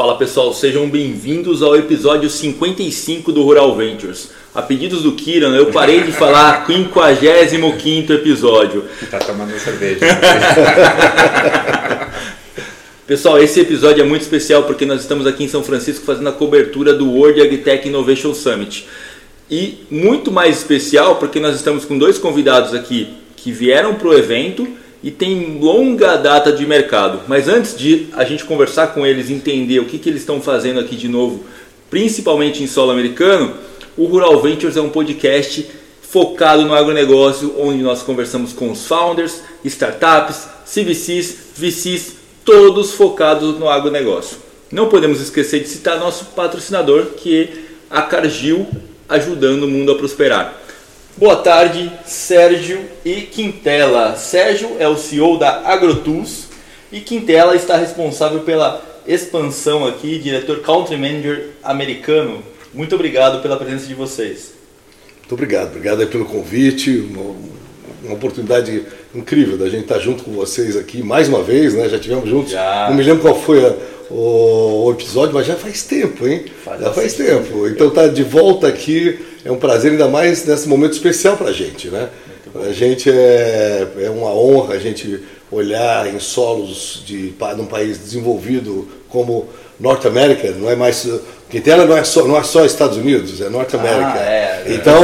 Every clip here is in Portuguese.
Fala pessoal, sejam bem-vindos ao episódio 55 do Rural Ventures. A pedidos do Kiran, eu parei de falar 55º episódio. Tá tomando cerveja. Pessoal, esse episódio é muito especial porque nós estamos aqui em São Francisco fazendo a cobertura do World AgTech Innovation Summit. E muito mais especial porque nós estamos com dois convidados aqui que vieram para o evento e tem longa data de mercado. Mas antes de a gente conversar com eles, entender o que eles estão fazendo aqui de novo, principalmente em solo americano, o Rural Ventures é um podcast focado no agronegócio, onde nós conversamos com os founders, startups, CVCs, VCs, todos focados no agronegócio. Não podemos esquecer de citar nosso patrocinador, que é a Cargill, ajudando o mundo a prosperar. Boa tarde, Sérgio e Quintela. Sérgio é o CEO da AgroTools e Quintela está responsável pela expansão aqui, diretor Country Manager americano. Muito obrigado pela presença de vocês. Muito obrigado aí pelo convite, uma oportunidade incrível da gente estar junto com vocês aqui mais uma vez, né? Já tivemos juntos, não me lembro qual foi o episódio, mas já faz tempo, hein? Já faz tempo. Então tá de volta aqui, é um prazer, ainda mais nesse momento especial pra gente, né? A gente é uma honra a gente olhar em solos de um país desenvolvido como North America, não é mais... Quintela não é só Estados Unidos, é Norte América. Então,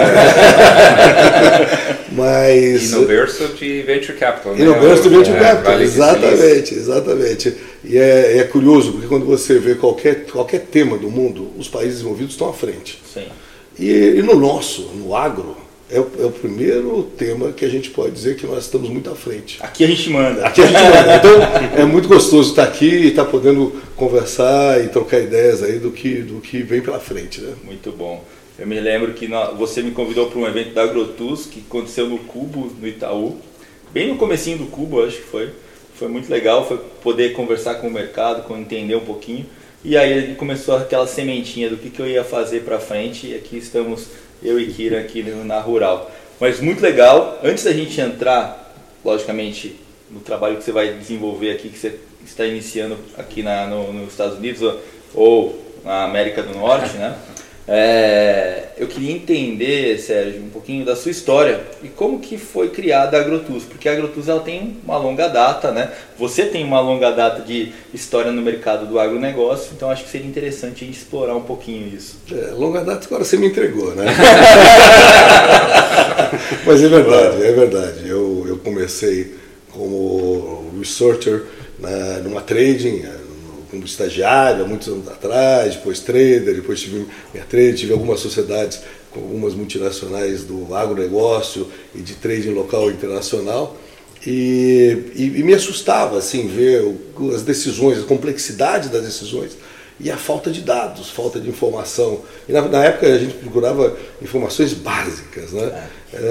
mas e no berço de Venture Capital, né? E no berço de Venture Capital, Vale exatamente. E é curioso, porque quando você vê qualquer tema do mundo, os países desenvolvidos estão à frente. Sim. E no nosso, no agro, é o primeiro tema que a gente pode dizer que nós estamos muito à frente. Aqui a gente manda. Então é muito gostoso estar aqui e estar podendo conversar e trocar ideias aí do que vem pela frente, né? Muito bom. Eu me lembro que você me convidou para um evento da AgroTools que aconteceu no Cubo, no Itaú. Bem no comecinho do Cubo, acho que foi. Foi muito legal, foi poder conversar com o mercado, entender um pouquinho. E aí ele começou aquela sementinha do que eu ia fazer para frente. E aqui estamos... eu e Kira aqui na Rural. Mas muito legal, antes da gente entrar, logicamente, no trabalho que você vai desenvolver aqui, que você está iniciando aqui nos Estados Unidos ou na América do Norte, né? Eu queria entender, Sérgio, um pouquinho da sua história e como que foi criada a AgroTools, porque a AgroTools ela tem uma longa data, né? Você tem uma longa data de história no mercado do agronegócio, então acho que seria interessante a gente explorar um pouquinho isso. Longa data agora você me entregou, né? Mas é verdade. Eu comecei como researcher numa trading, como estagiário há muitos anos atrás, depois trader, depois tive algumas sociedades com algumas multinacionais do agronegócio e de trading local e internacional, e me assustava assim, ver as decisões, a complexidade das decisões e a falta de dados, falta de informação. E na época a gente procurava informações básicas, né?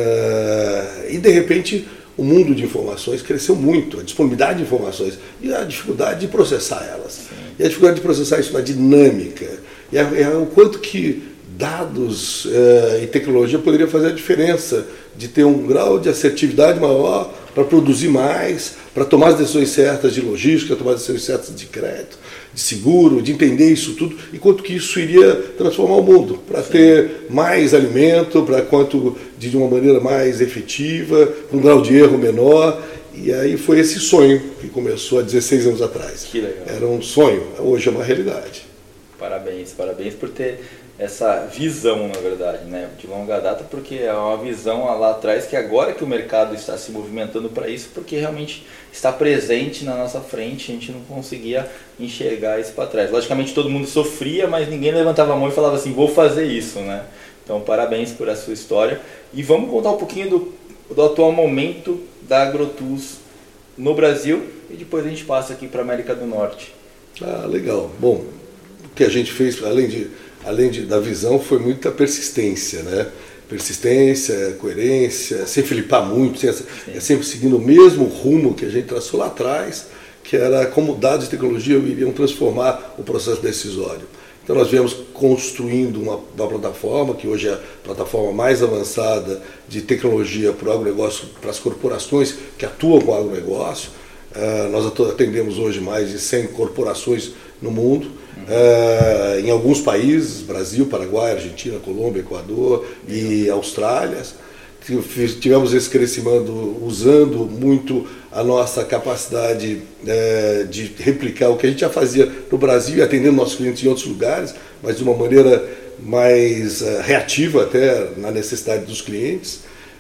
E de repente o mundo de informações cresceu muito, a disponibilidade de informações e a dificuldade de processar elas. Sim. E a dificuldade de processar isso na dinâmica. E o quanto que dados e tecnologia poderia fazer a diferença de ter um grau de assertividade maior para produzir mais, para tomar as decisões certas de logística, tomar as decisões certas de crédito, de seguro, de entender isso tudo, e quanto que isso iria transformar o mundo, para ter mais alimento, para quanto de uma maneira mais efetiva, com um grau de erro menor. E aí foi esse sonho que começou há 16 anos atrás. Que legal. Era um sonho, hoje é uma realidade. Parabéns por ter essa visão, na verdade, né, de longa data, porque é uma visão lá atrás que agora que o mercado está se movimentando para isso, porque realmente está presente na nossa frente, a gente não conseguia enxergar isso para trás. Logicamente todo mundo sofria, mas ninguém levantava a mão e falava assim, vou fazer isso, né? Então parabéns por a sua história e vamos contar um pouquinho do atual momento da AgroTools no Brasil e depois a gente passa aqui para a América do Norte. Legal. Bom, o que a gente fez, além da visão, foi muita persistência, né? Persistência, coerência, sem flipar muito, sempre seguindo o mesmo rumo que a gente traçou lá atrás, que era como dados e tecnologia iriam transformar o processo decisório. Então nós viemos construindo uma plataforma, que hoje é a plataforma mais avançada de tecnologia para o agronegócio, para as corporações que atuam com o agronegócio. Nós atendemos hoje mais de 100 corporações no mundo em alguns países, Brasil, Paraguai, Argentina, Colômbia, Equador e Austrália. Tivemos esse crescimento usando muito a nossa capacidade de replicar o que a gente já fazia no Brasil e atendendo nossos clientes em outros lugares, mas de uma maneira mais reativa até na necessidade dos clientes.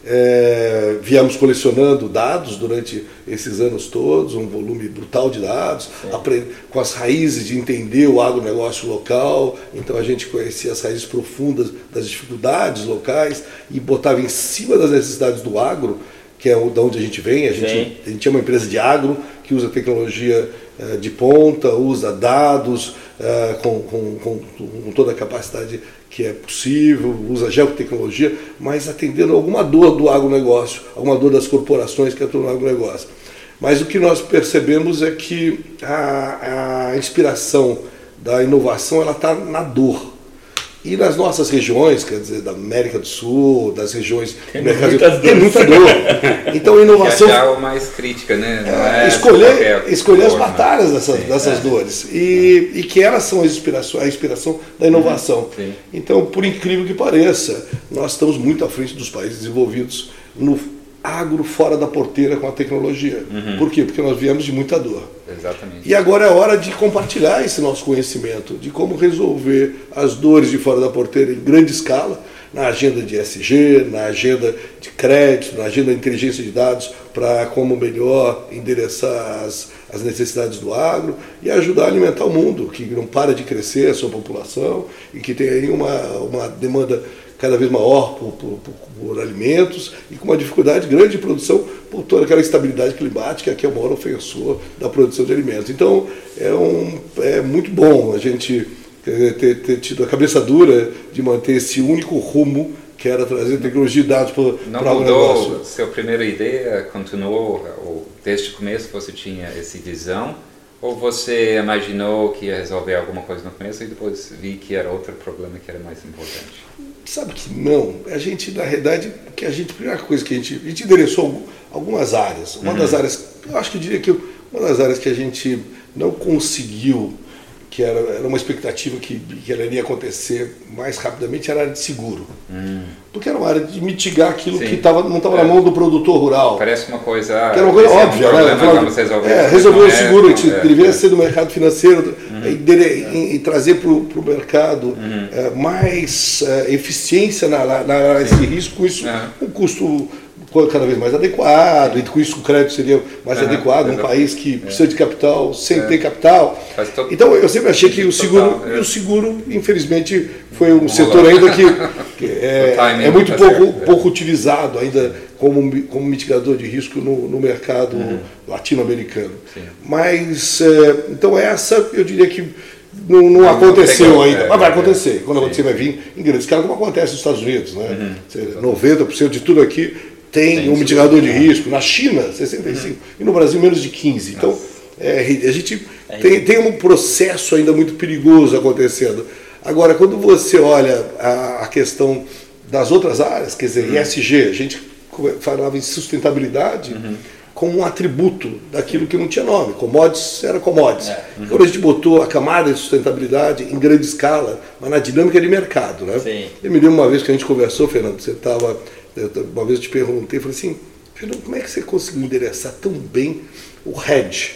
Viemos colecionando dados durante esses anos todos, um volume brutal de dados, com as raízes de entender o agronegócio local. Então a gente conhecia as raízes profundas das dificuldades locais e botava em cima das necessidades do agro, que é de onde a gente vem. A gente é uma empresa de agro que usa tecnologia de ponta, usa dados com toda a capacidade que é possível, usa geotecnologia, mas atendendo alguma dor do agronegócio, alguma dor das corporações que atuam no agronegócio. Mas o que nós percebemos é que a inspiração da inovação está na dor. E nas nossas regiões, quer dizer, da América do Sul, das regiões do mercado, tem muita dor. Então a inovação... é o mais crítica, né? Escolher as batalhas dessas dores. E que elas são a inspiração da inovação. Então, por incrível que pareça, nós estamos muito à frente dos países desenvolvidos no agro fora da porteira com a tecnologia. Por quê? Porque nós viemos de muita dor. Exatamente. E agora é hora de compartilhar esse nosso conhecimento, de como resolver as dores de fora da porteira em grande escala, na agenda de ESG, na agenda de crédito, na agenda de inteligência de dados, para como melhor endereçar as necessidades do agro e ajudar a alimentar o mundo, que não para de crescer a sua população e que tem aí uma demanda cada vez maior por alimentos e com uma dificuldade grande de produção por toda aquela instabilidade climática que é o maior ofensor da produção de alimentos. Então é muito bom a gente ter tido a cabeça dura de manter esse único rumo que era trazer tecnologia e dados para o negócio. Não mudou sua primeira ideia? Continuou? Ou desde o começo você tinha essa visão? Ou você imaginou que ia resolver alguma coisa no começo e depois vi que era outro problema que era mais importante? Sabe que não. A gente, na realidade, a primeira coisa que a gente endereçou algumas áreas. Uma das áreas, eu acho que eu diria que uma das áreas que a gente não conseguiu, que era uma expectativa que ela iria acontecer mais rapidamente, era a área de seguro. Porque era uma área de mitigar aquilo que não estava na mão do produtor rural. Parece uma coisa... Que era uma coisa óbvia, né? Resolver o seguro, a gente deveria ser do mercado financeiro e trazer para o mercado mais eficiência na análise de risco, com isso um custo cada vez mais adequado, e com isso o crédito seria mais adequado, um país que precisa de capital sem ter capital. Então eu sempre achei que o seguro, infelizmente, foi um setor ainda que é muito pouco utilizado ainda como mitigador de risco no mercado latino-americano. Mas, então essa eu diria que não aconteceu ainda, mas vai acontecer. Quando acontecer vai vir em grande escala, como acontece nos Estados Unidos. Né? 90% de tudo aqui tem um mitigador de risco. Na China, 65%, e no Brasil menos de 15%. Então, a gente tem um processo ainda muito perigoso acontecendo. Agora, quando você olha a questão das outras áreas, quer dizer, ESG, a gente falava em sustentabilidade como um atributo daquilo que não tinha nome. Commodities era commodities. Quando a gente botou a camada de sustentabilidade em grande escala, mas na dinâmica de mercado. Né? Eu me lembro uma vez que a gente conversou, Fernando, uma vez eu te perguntei, falei assim, Fernando, como é que você conseguiu endereçar tão bem o hedge?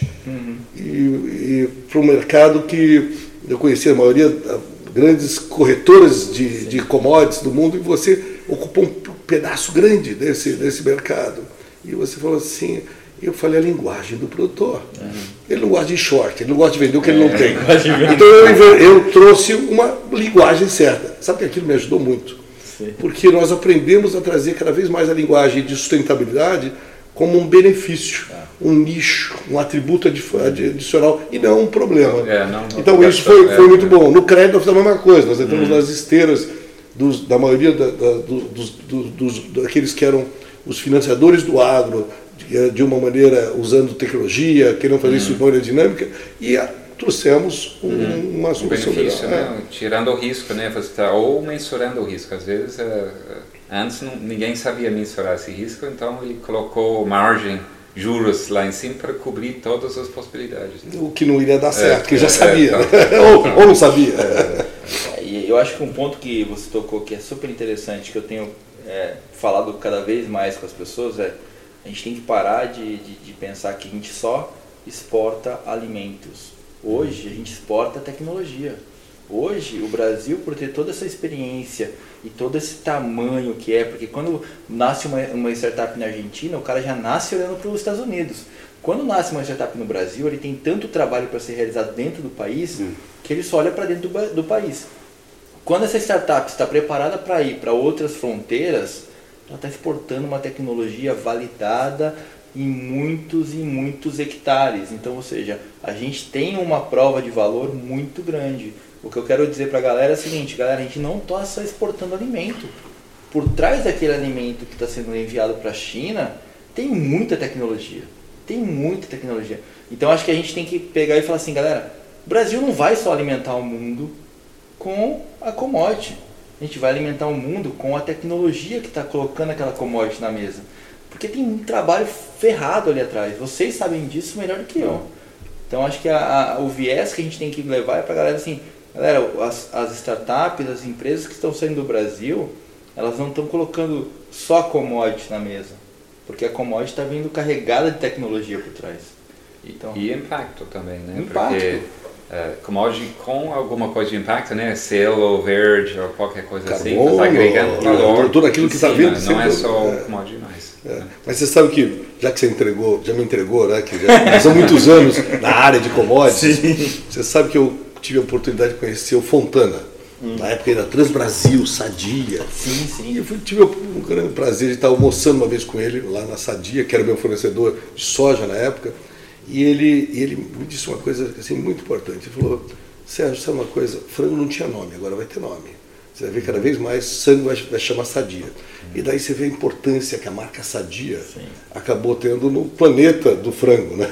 E para um mercado que eu conhecia a maioria grandes corretoras de commodities do mundo, e você ocupou um pedaço grande desse mercado. E você falou assim, eu falei a linguagem do produtor. Ele não gosta de short, ele não gosta de vender o que ele não tem. Então eu trouxe uma linguagem certa. Sabe que aquilo me ajudou muito? Porque nós aprendemos a trazer cada vez mais a linguagem de sustentabilidade como um benefício, um nicho, um atributo adicional e não um problema. Então isso foi muito bom. No crédito nós fizemos a mesma coisa, nós entramos nas esteiras da maioria daqueles que eram os financiadores do agro, de uma maneira usando tecnologia, querendo fazer isso de maneira dinâmica, e trouxemos uma solução benefício, né? Tirando o risco, né? Você está ou mensurando o risco. Às vezes, antes ninguém sabia mensurar esse risco, então ele colocou margem juros lá em cima para cobrir todas as possibilidades. O que não iria dar certo, porque já sabia, né? ou não sabia. E eu acho que um ponto que você tocou que é super interessante, que eu tenho falado cada vez mais com as pessoas, a gente tem que parar de pensar que a gente só exporta alimentos. Hoje a gente exporta tecnologia. Hoje o Brasil, por ter toda essa experiência e todo esse tamanho que porque quando nasce uma startup na Argentina, o cara já nasce olhando para os Estados Unidos. Quando nasce uma startup no Brasil, ele tem tanto trabalho para ser realizado dentro do país, que ele só olha para dentro do país. Quando essa startup está preparada para ir para outras fronteiras, ela está exportando uma tecnologia validada em muitos e muitos hectares. Então, ou seja, a gente tem uma prova de valor muito grande. O que eu quero dizer para a galera é o seguinte, galera, a gente não está só exportando alimento. Por trás daquele alimento que está sendo enviado para a China, tem muita tecnologia. Tem muita tecnologia. Então, acho que a gente tem que pegar e falar assim, galera, o Brasil não vai só alimentar o mundo com a commodity. A gente vai alimentar o mundo com a tecnologia que está colocando aquela commodity na mesa. Porque tem um trabalho ferrado ali atrás. Vocês sabem disso melhor do que eu. Então, acho que o viés que a gente tem que levar é para a galera assim, galera, as startups, as empresas que estão saindo do Brasil, elas não estão colocando só a commodity na mesa. Porque a commodity está vindo carregada de tecnologia por trás. Então, e impacto também, né? Impacto. Porque commodity com alguma coisa de impacto, né? Selo verde ou qualquer coisa Carbono, assim, está agregando valor. Tudo aquilo que está vindo. Não é só commodity mais. Mas você sabe que, já que você já me entregou, né? Que já são muitos anos na área de commodities, você sabe que eu tive a oportunidade de conhecer o Fontana. Na época da Transbrasil, Sadia. Sim. Eu tive um grande prazer de estar almoçando uma vez com ele lá na Sadia, que era meu fornecedor de soja na época. E ele me disse uma coisa assim, muito importante. Ele falou, Sérgio, sabe uma coisa? Frango não tinha nome, agora vai ter nome. Você vai ver cada vez mais sangue vai chamar Sadia. E daí você vê a importância que a marca Sadia acabou tendo no planeta do frango, né?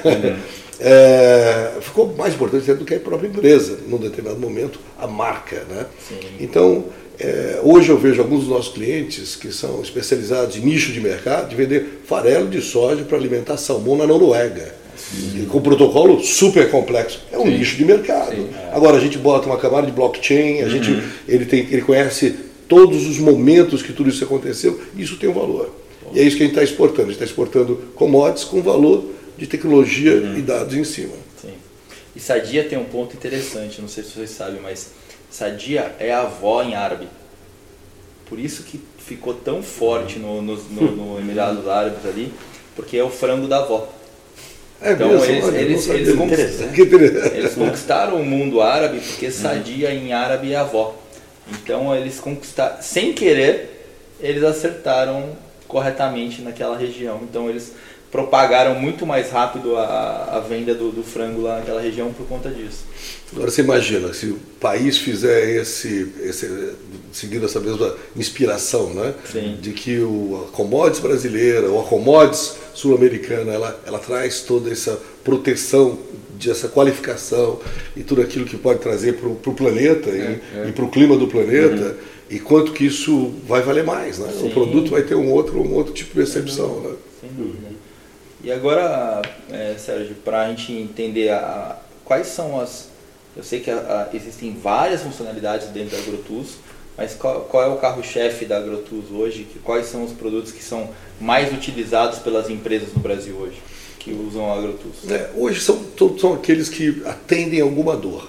Ficou mais importante do que a própria empresa, num determinado momento, a marca, né? Então, hoje eu vejo alguns dos nossos clientes que são especializados em nicho de mercado, de vender farelo de soja para alimentar salmão na Noruega. Com um protocolo super complexo. É um nicho de mercado. Agora a gente bota uma camada de blockchain, ele conhece todos os momentos que tudo isso aconteceu, e isso tem um valor. E é isso que a gente está exportando. A gente está exportando commodities com valor de tecnologia e dados em cima. Sim. E Sadia tem um ponto interessante, não sei se vocês sabem, mas Sadia é a avó em árabe. Por isso que ficou tão forte no Emirados Árabes ali, porque é o frango da avó. Então eles conquistaram o mundo árabe porque Sadia em árabe é avó. Então eles conquistaram, sem querer, eles acertaram corretamente naquela região. Então eles propagaram muito mais rápido a venda do frango lá naquela região por conta disso. Agora você imagina, se o país fizer seguindo essa mesma inspiração, né? De que a commodities brasileira ou a commodities sul-americana, ela traz toda essa proteção, essa qualificação e tudo aquilo que pode trazer para o planeta e para o clima do planeta, e quanto que isso vai valer mais, né? O produto vai ter um outro tipo de percepção, né? Sem dúvida. E agora, Sérgio, para a gente entender quais são eu sei que existem várias funcionalidades dentro da AgroTools, mas qual é o carro-chefe da AgroTools hoje? Quais são os produtos que são mais utilizados pelas empresas no Brasil hoje, que usam a AgroTools? Hoje são aqueles que atendem alguma dor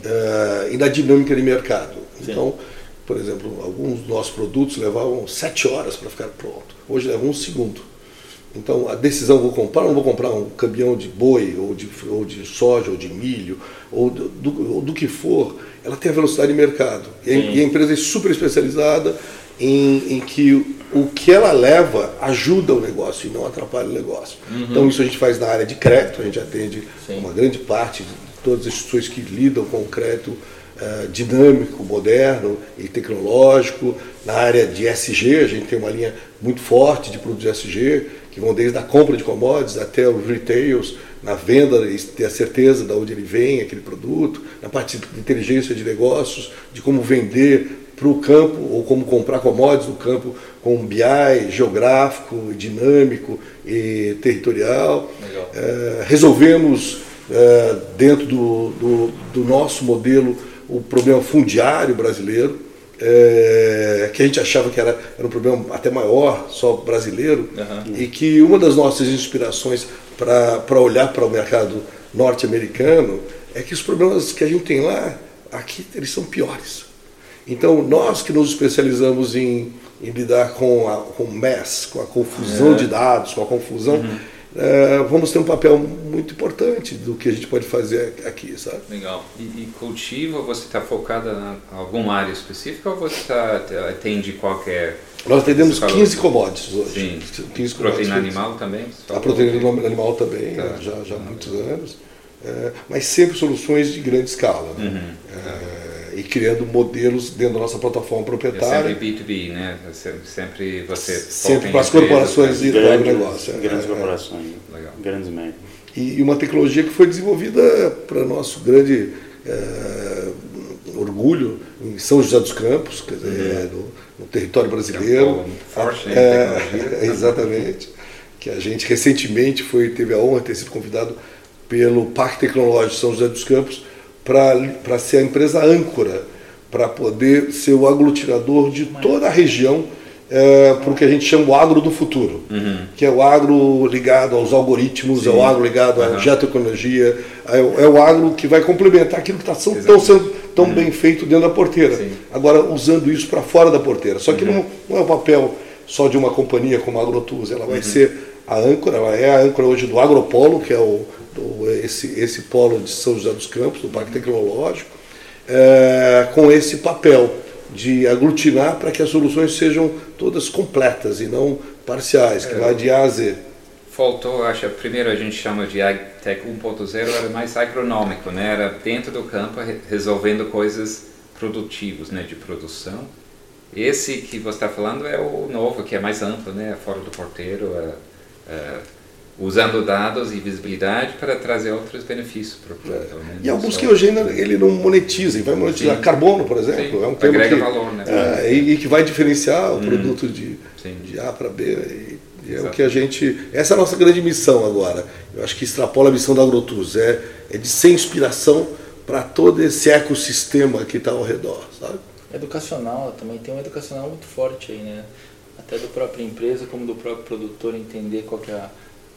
e na dinâmica de mercado. Então, por exemplo, alguns dos nossos produtos levavam 7 horas para ficar pronto. Hoje levam 1 segundo. Então, a decisão, vou comprar ou não vou comprar um caminhão de boi, ou de soja, ou de milho, ou do que for, ela tem a velocidade de mercado. E a empresa é super especializada em que o que ela leva ajuda o negócio e não atrapalha o negócio. Então, isso a gente faz na área de crédito, a gente atende uma grande parte de todas as instituições que lidam com o crédito dinâmico, moderno e tecnológico. Na área de SG, a gente tem uma linha muito forte de produtos de SG, que vão desde a compra de commodities até os retails, na venda e ter a certeza de onde ele vem, aquele produto, na parte de inteligência de negócios, de como vender para o campo, ou como comprar commodities no campo com BI geográfico, dinâmico e territorial. Resolvemos dentro do nosso modelo o problema fundiário brasileiro, que a gente achava que era um problema até maior, só brasileiro, e que uma das nossas inspirações para olhar para o mercado norte-americano é que os problemas que a gente tem lá, aqui eles são piores. Então nós que nos especializamos em lidar com mass, com a confusão de dados, com a confusão, vamos ter um papel muito importante do que a gente pode fazer aqui, sabe? Legal. E cultivo, você está focada em alguma área específica ou você atende qualquer... Nós atendemos 15 commodities hoje. Sim. 15 proteína animal também? A proteína animal também, já há muitos anos. Mas sempre soluções de grande escala. Né? E criando modelos dentro da nossa plataforma proprietária. É sempre B2B, né? Sempre você... Sempre para as corporações e para o negócio. Grandes corporações, Legal. Grandes médias. E uma tecnologia que foi desenvolvida para nosso grande orgulho em São José dos Campos, quer dizer, no território brasileiro. É um muito forte, né? Tecnologia. Exatamente. Que a gente recentemente teve a honra de ter sido convidado pelo Parque Tecnológico de São José dos Campos para ser a empresa âncora, para poder ser o aglutinador de toda a região para o que a gente chama o agro do futuro, que é o agro ligado aos algoritmos, é o agro ligado à geotecnologia, é o agro que vai complementar aquilo que está sendo tão bem feito dentro da porteira. Sim. Agora, usando isso para fora da porteira. Só que não é o papel só de uma companhia como a AgroTools, ela vai ser a âncora, ela é a âncora hoje do Agropolo, que é esse polo de São José dos Campos, do Parque Tecnológico, com esse papel de aglutinar para que as soluções sejam todas completas e não parciais, que vai de A a Z. Faltou, acho, primeiro a gente chama de AgTech 1.0, era mais agronômico, né? Era dentro do campo resolvendo coisas produtivas, né? De produção. Esse que você está falando é o novo, que é mais amplo, né? Fora do porteiro, usando dados e visibilidade para trazer outros benefícios para o produtor. Né? E alguns que hoje ainda ele não monetiza, e vai monetizar carbono, por exemplo, é um termo agrega que, valor, né? E que vai diferenciar o produto de A para B. E é o que a gente... Essa é a nossa grande missão agora. Eu acho que extrapola a missão da AgroTools, é de ser inspiração para todo esse ecossistema que está ao redor, sabe? Educacional, também tem um educacional muito forte aí, né? Até da própria empresa, como do próprio produtor, entender qual que é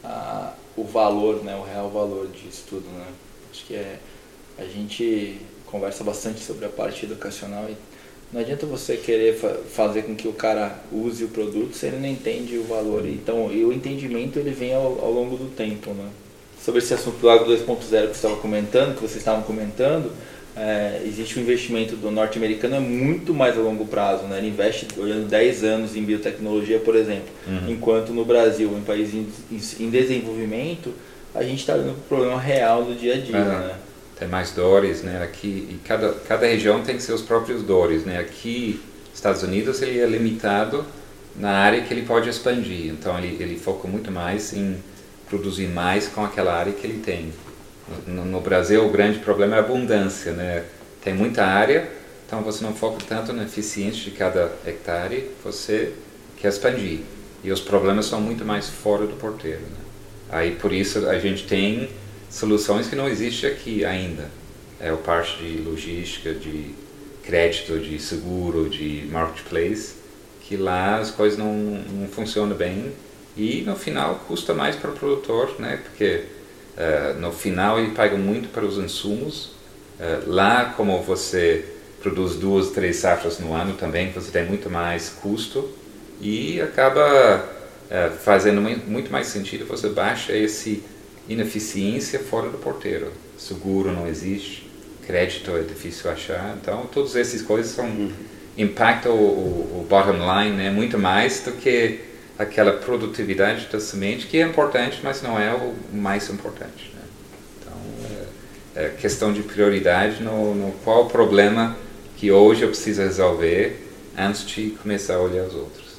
o valor, né? O real valor disso tudo, né? Acho que a gente conversa bastante sobre a parte educacional e não adianta você querer fazer com que o cara use o produto se ele não entende o valor. Então, e o entendimento ele vem ao longo do tempo, né? Sobre esse assunto do Agro 2.0 que vocês estavam comentando, existe um investimento do norte-americano é muito mais a longo prazo, né? Ele investe olhando 10 anos em biotecnologia, por exemplo, enquanto no Brasil, em país em desenvolvimento, a gente está olhando para o problema real do dia a dia, né? Tem mais dores, né? Aqui, e cada região tem seus próprios dores, né? Aqui, Estados Unidos, ele é limitado na área que ele pode expandir. Então, ele foca muito mais em produzir mais com aquela área que ele tem. No Brasil, o grande problema é a abundância, né? Tem muita área, então você não foca tanto na eficiência de cada hectare, você quer expandir. E os problemas são muito mais fora do porteiro, né? Aí, por isso, a gente tem soluções que não existem aqui ainda. É a parte de logística, de crédito, de seguro, de marketplace, que lá as coisas não funcionam bem e no final custa mais para o produtor, né? Porque no final ele paga muito para os insumos. Lá, como você produz 2, 3 safras no ano também, você tem muito mais custo e acaba fazendo muito mais sentido, você baixa esse ineficiência fora do porteiro. Seguro não existe, crédito é difícil achar, então todas essas coisas impactam o bottom line, né, muito mais do que aquela produtividade da semente, que é importante, mas não é o mais importante, né? Então é questão de prioridade no qual o problema que hoje eu preciso resolver antes de começar a olhar os outros.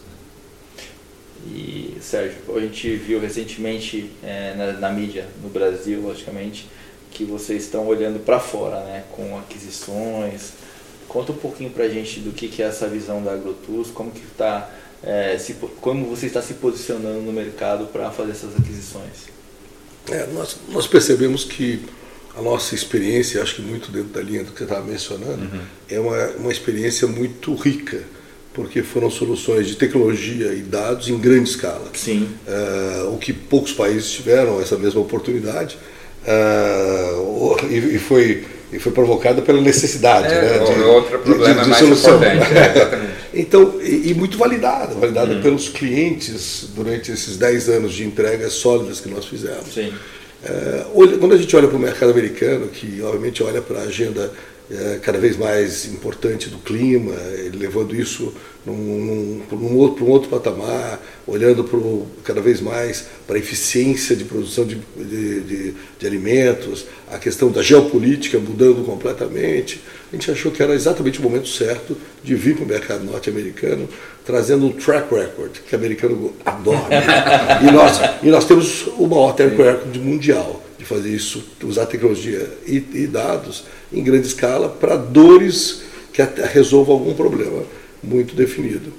E, Sérgio, a gente viu recentemente na mídia, no Brasil, logicamente, que vocês estão olhando para fora, né, com aquisições. Conta um pouquinho para a gente do que é essa visão da AgroTools, como você está se posicionando no mercado para fazer essas aquisições. Nós percebemos que a nossa experiência, acho que muito dentro da linha do que você estava mencionando, é uma experiência muito rica, porque foram soluções de tecnologia e dados em grande escala. Sim. O que poucos países tiveram essa mesma oportunidade, e foi provocada pela necessidade, outro problema mais importante. Exatamente. Então, e muito validada pelos clientes durante esses 10 anos de entregas sólidas que nós fizemos. Sim. Quando a gente olha para o mercado americano, que obviamente olha para a agenda cada vez mais importante do clima, levando isso para um outro patamar, olhando cada vez mais para a eficiência de produção de alimentos, a questão da geopolítica mudando completamente, a gente achou que era exatamente o momento certo de vir para o mercado norte-americano, trazendo um track record que o americano adora. E nós temos o maior track record mundial de fazer isso, usar tecnologia e dados em grande escala para dores que resolvam algum problema muito definido.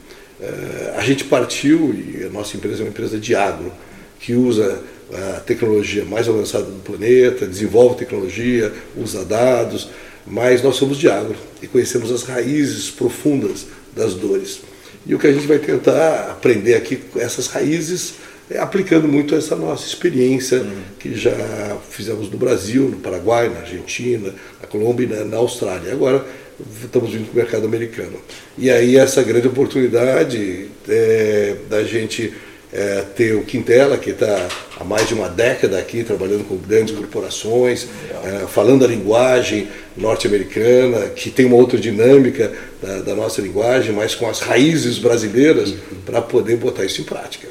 A gente partiu, e a nossa empresa é uma empresa de agro, que usa a tecnologia mais avançada do planeta, desenvolve tecnologia, usa dados, mas nós somos de agro e conhecemos as raízes profundas das dores. E o que a gente vai tentar aprender aqui com essas raízes aplicando muito essa nossa experiência que já fizemos no Brasil, no Paraguai, na Argentina, na Colômbia e na Austrália. Agora estamos vindo para o mercado americano. E aí essa grande oportunidade da gente ter o Quintela, que está há mais de uma década aqui trabalhando com grandes corporações, falando a linguagem norte-americana, que tem uma outra dinâmica da nossa linguagem, mas com as raízes brasileiras, para poder botar isso em prática.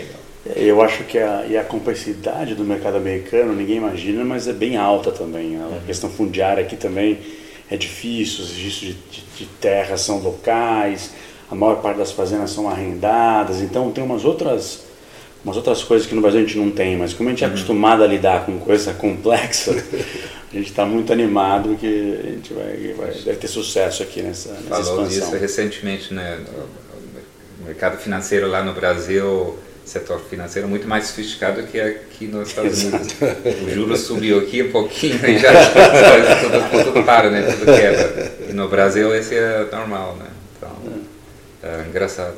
Eu acho que a complexidade do mercado americano, ninguém imagina, mas é bem alta também. A questão fundiária aqui também é difícil, os registros de terras são locais, a maior parte das fazendas são arrendadas, então tem umas outras coisas que no Brasil a gente não tem, mas como a gente é acostumado a lidar com coisa complexa, a gente está muito animado que a gente deve ter sucesso aqui nessa Falou expansão. Disso recentemente, né? O mercado financeiro lá no Brasil, setor financeiro muito mais sofisticado que aqui nos Estados Unidos. O juros subiu aqui um pouquinho e já tudo para, né? Tudo quebra. E no Brasil esse é normal, né? Então, é engraçado.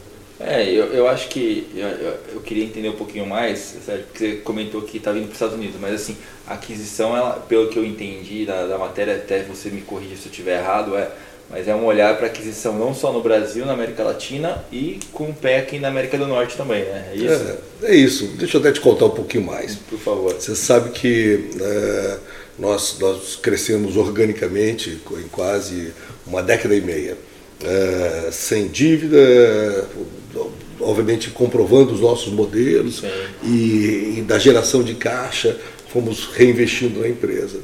Eu acho que eu queria entender um pouquinho mais, Sérgio, porque você comentou que está vindo para os Estados Unidos, mas assim, a aquisição, pelo que eu entendi da matéria, até você me corrija se eu estiver errado, mas é um olhar para aquisição não só no Brasil, na América Latina e com o pé aqui na América do Norte também, né? É isso? É isso. Deixa eu até te contar um pouquinho mais. Por favor. Você sabe que nós crescemos organicamente em quase uma década e meia, sem dívida, obviamente comprovando os nossos modelos e da geração de caixa, fomos reinvestindo na empresa.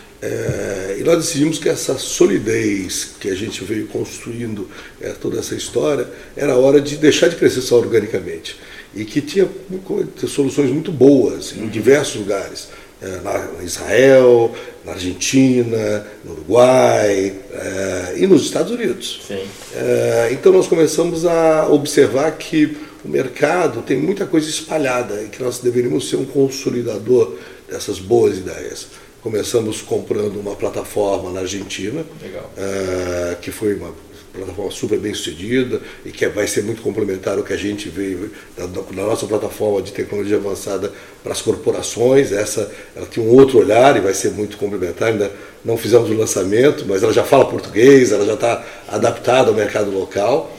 E nós decidimos que essa solidez que a gente veio construindo, toda essa história, era hora de deixar de crescer só organicamente. E que tinha soluções muito boas em diversos lugares. Na Israel, na Argentina, no Uruguai e nos Estados Unidos. Então nós começamos a observar que o mercado tem muita coisa espalhada e que nós deveríamos ser um consolidador dessas boas ideias. Começamos comprando uma plataforma na Argentina, que foi uma plataforma super bem sucedida e que vai ser muito complementar ao que a gente veio da nossa plataforma de tecnologia avançada para as corporações. Ela tem um outro olhar e vai ser muito complementar. Ainda não fizemos o lançamento, mas ela já fala português, ela já está adaptada ao mercado local.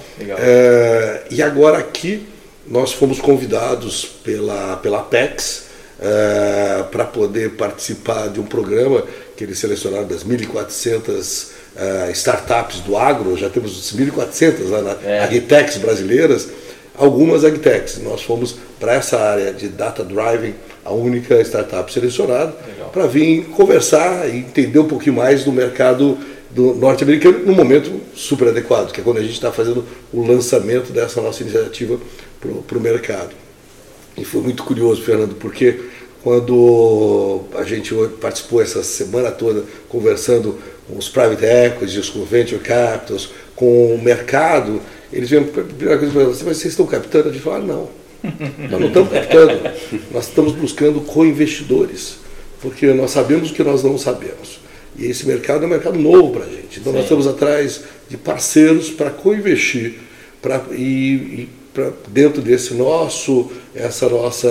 E agora aqui nós fomos convidados pela Apex para poder participar de um programa que eles selecionaram das 1.400 startups do agro. Já temos 1.400 lá na agtechs brasileiras, algumas agtechs. Nós fomos para essa área de data driving, a única startup selecionada, para vir conversar e entender um pouquinho mais do mercado do norte-americano num momento super adequado, que é quando a gente está fazendo o lançamento dessa nossa iniciativa para o mercado. E foi muito curioso, Fernando, porque quando a gente participou essa semana toda conversando com os private equities, com venture capitals, com o mercado, eles vêm, a primeira coisa para você, mas vocês estão captando? A gente fala, não, nós não estamos captando, nós estamos buscando co-investidores, porque nós sabemos o que nós não sabemos. E esse mercado é um mercado novo para a gente. Então nós estamos atrás de parceiros para co-investir dentro desse desse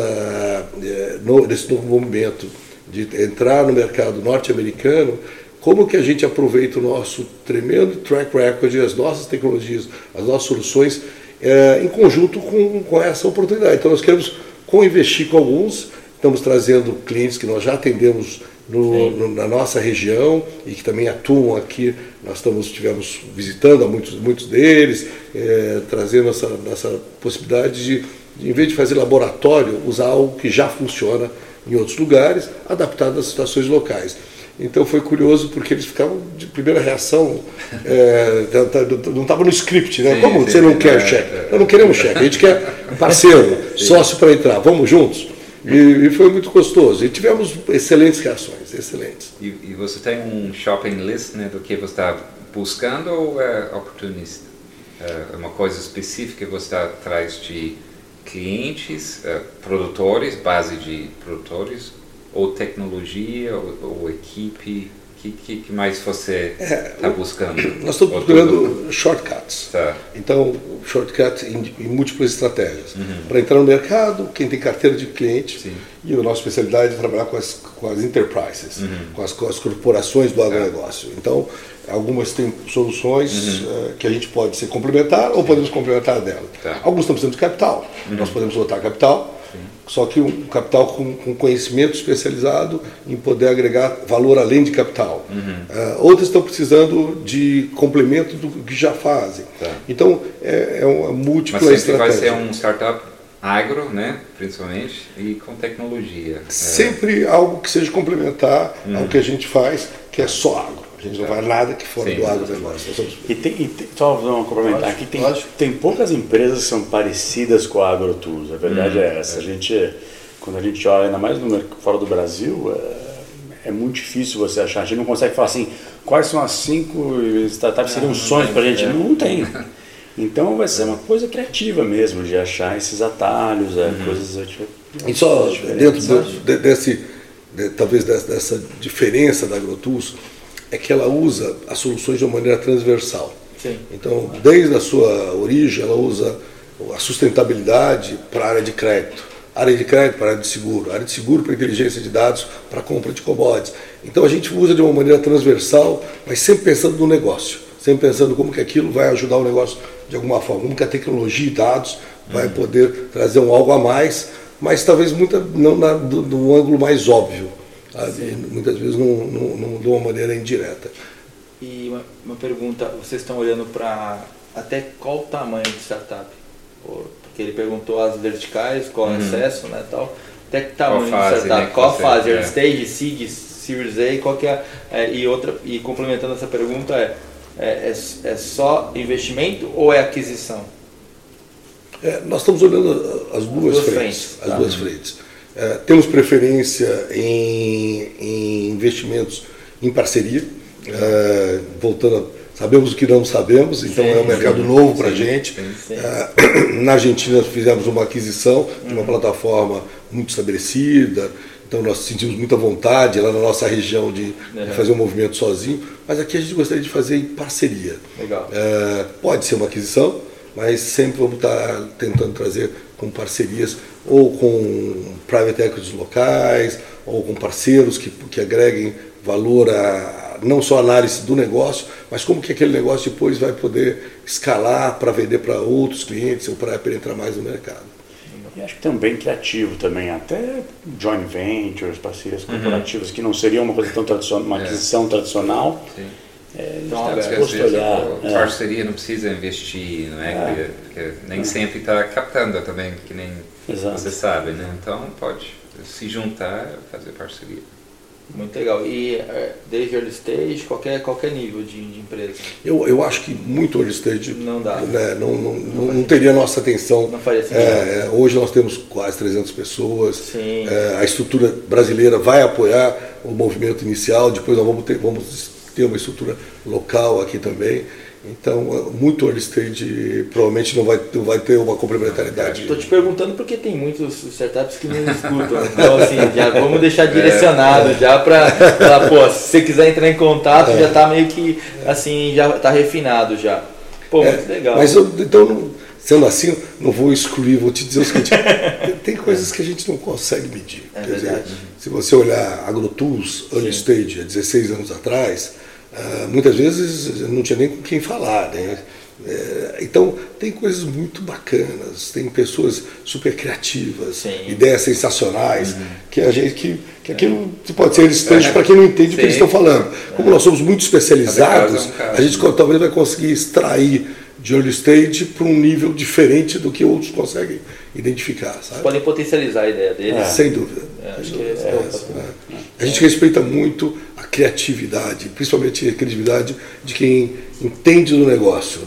novo movimento de entrar no mercado norte-americano. Como que a gente aproveita o nosso tremendo track record, as nossas tecnologias, as nossas soluções em conjunto com essa oportunidade. Então nós queremos co-investir com alguns, estamos trazendo clientes que nós já atendemos na nossa região e que também atuam aqui. Nós estivemos visitando a muitos deles, trazendo essa possibilidade de, em vez de fazer laboratório, usar algo que já funciona em outros lugares, adaptado às situações locais. Então foi curioso porque eles ficavam de primeira reação, não estava no script, né? Como você não quer cheque? Nós não queremos cheque, a gente quer parceiro, sócio para entrar, vamos juntos? E foi muito gostoso. E tivemos excelentes reações, excelentes. E você tem um shopping list, né, do que você está buscando ou é oportunista? É uma coisa específica que você está atrás de clientes, produtores, base de produtores, ou tecnologia, ou equipe? O que mais você está buscando? Nós estamos procurando shortcuts. Tá. Então, shortcut em múltiplas estratégias. Para entrar no mercado, quem tem carteira de cliente, Sim. e a nossa especialidade é trabalhar com as enterprises, com as corporações do agronegócio. Então, algumas têm soluções que a gente pode ser complementar ou podemos complementar dela. Tá. Alguns estão precisando de capital, nós podemos botar capital. Só que um capital com conhecimento especializado em poder agregar valor além de capital. Outras estão precisando de complemento do que já fazem. Tá. Então, é uma múltipla Mas sempre estratégia. vai ser um startup agro, né, principalmente, e com tecnologia. Sempre algo que seja complementar ao que a gente faz, que é só agro. A gente não vai nada que fora do agronegócio. Só fazer uma complementar aqui, tem poucas empresas que são parecidas com a AgroTools, a verdade é essa. Quando a gente olha, ainda mais fora do Brasil, é muito difícil você achar. A gente não consegue falar assim, quais são as 5 startups que seriam sonhos para a gente. Não tem. Então vai ser uma coisa criativa mesmo, de achar esses atalhos, coisas... E só dentro talvez dessa diferença da AgroTools, é que ela usa as soluções de uma maneira transversal. Sim. Então, desde a sua origem, ela usa a sustentabilidade para a área de crédito para a área de seguro para inteligência de dados, para compra de commodities. Então, a gente usa de uma maneira transversal, mas sempre pensando no negócio, sempre pensando como que aquilo vai ajudar o negócio de alguma forma, como que a tecnologia e dados vai poder trazer algo a mais, mas talvez do ângulo mais óbvio. Muitas vezes de uma maneira indireta. E uma pergunta, vocês estão olhando para até qual o tamanho de startup? Porque ele perguntou as verticais, qual é o acesso, né, tal. Até que tamanho de startup? Né, qual a fase? Early stage, seed, Series A, qual que é? E complementando essa pergunta é só investimento ou é aquisição? Nós estamos olhando as duas frentes. Temos preferência em investimentos em parceria, sabemos o que não sabemos, então é um mercado novo para a gente. Na Argentina fizemos uma aquisição de uma plataforma muito estabelecida, então nós sentimos muita vontade lá na nossa região de fazer um movimento sozinho, mas aqui a gente gostaria de fazer em parceria. Legal. Pode ser uma aquisição, mas sempre vamos estar tentando trazer com parcerias ou com private equities locais, ou com parceiros que agreguem valor não só a análise do negócio, mas como que aquele negócio depois vai poder escalar para vender para outros clientes ou para penetrar mais no mercado. E acho que também criativo também, até joint ventures, parcerias corporativas, que não seria uma coisa tão tradicional, uma aquisição tradicional. Sim. Então, parceria não precisa investir, não é? Porque nem sempre está captando também, que nem você sabe, né? Então pode se juntar e fazer parceria. Muito legal. E desde early stage, qualquer nível de empresa? Eu acho que muito early stage não dá. Né, não teria nossa atenção. Não faria sentido. Hoje nós temos quase 300 pessoas. Sim. A estrutura brasileira vai apoiar o movimento inicial, depois nós vamos ter uma estrutura local aqui também. Então, muito early stage provavelmente não vai ter uma complementaridade. Estou te perguntando porque tem muitos startups que não escutam. Então, assim, já vamos deixar direcionado já para falar, pô, se você quiser entrar em contato, já está meio que, assim, já está refinado já. Pô, muito legal. Mas então, sendo assim, não vou excluir, vou te dizer o seguinte, tem coisas que a gente não consegue medir. É verdade. Dizer, se você olhar AgroTools, early stage, há 16 anos atrás, muitas vezes não tinha nem com quem falar, né? Então tem coisas muito bacanas, tem pessoas super criativas, ideias sensacionais, que aquilo pode ser distante para quem não entende o que eles estão falando. Como nós somos muito especializados, a gente talvez vai conseguir extrair de early stage para um nível diferente do que outros conseguem identificar. Sabe? Vocês podem potencializar a ideia deles. Sem dúvida. Acho que esse é a gente respeita muito a criatividade, principalmente a criatividade de quem entende do negócio,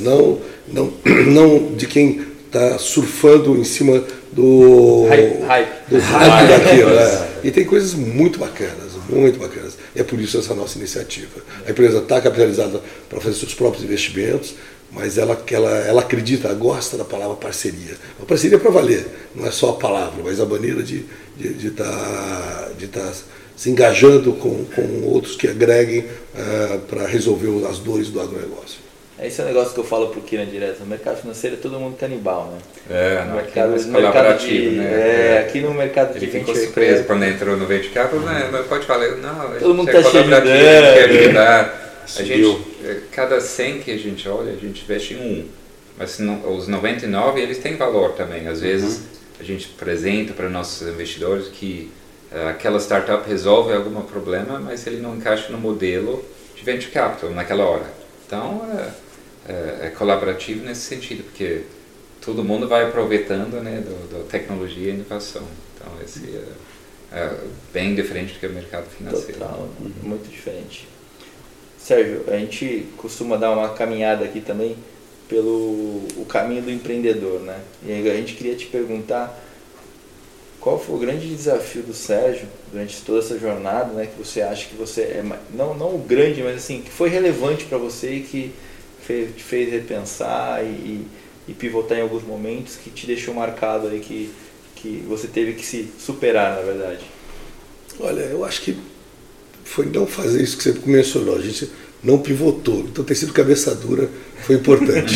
não de quem está surfando em cima do hype daquilo. Né? E tem coisas muito bacanas, muito bacanas. É por isso essa nossa iniciativa. A empresa está capitalizada para fazer seus próprios investimentos, mas ela acredita, ela gosta da palavra parceria. A parceria é para valer, não é só a palavra, mas a maneira de estar se engajando com outros que agreguem para resolver as dores do agronegócio. Esse é um negócio que eu falo para o Kina direto. No mercado financeiro é todo mundo canibal, né? No mercado né? Aqui no mercado de venture capital. Ele ficou surpreso quando entrou no venture capital, né? Mas pode falar, não, todo mundo está cheio de quer ajudar. Cada 100 que a gente olha, a gente investe em um. Mas os 99, eles têm valor também. Às vezes a gente apresenta para nossos investidores que aquela startup resolve algum problema, mas ele não encaixa no modelo de venture capital naquela hora. Então, é colaborativo nesse sentido, porque todo mundo vai aproveitando, né, da tecnologia e inovação. Então, esse é bem diferente do que o mercado financeiro. Total, muito diferente. Sérgio, a gente costuma dar uma caminhada aqui também pelo o caminho do empreendedor, né? E aí a gente queria te perguntar qual foi o grande desafio do Sérgio durante toda essa jornada, né? Que você acha que você não o grande, mas assim, que foi relevante para você e que te fez repensar e pivotar em alguns momentos, que te deixou marcado aí, que você teve que se superar, na verdade. Olha, eu acho que foi não fazer isso que você mencionou, a gente não pivotou, então ter sido cabeça dura foi importante.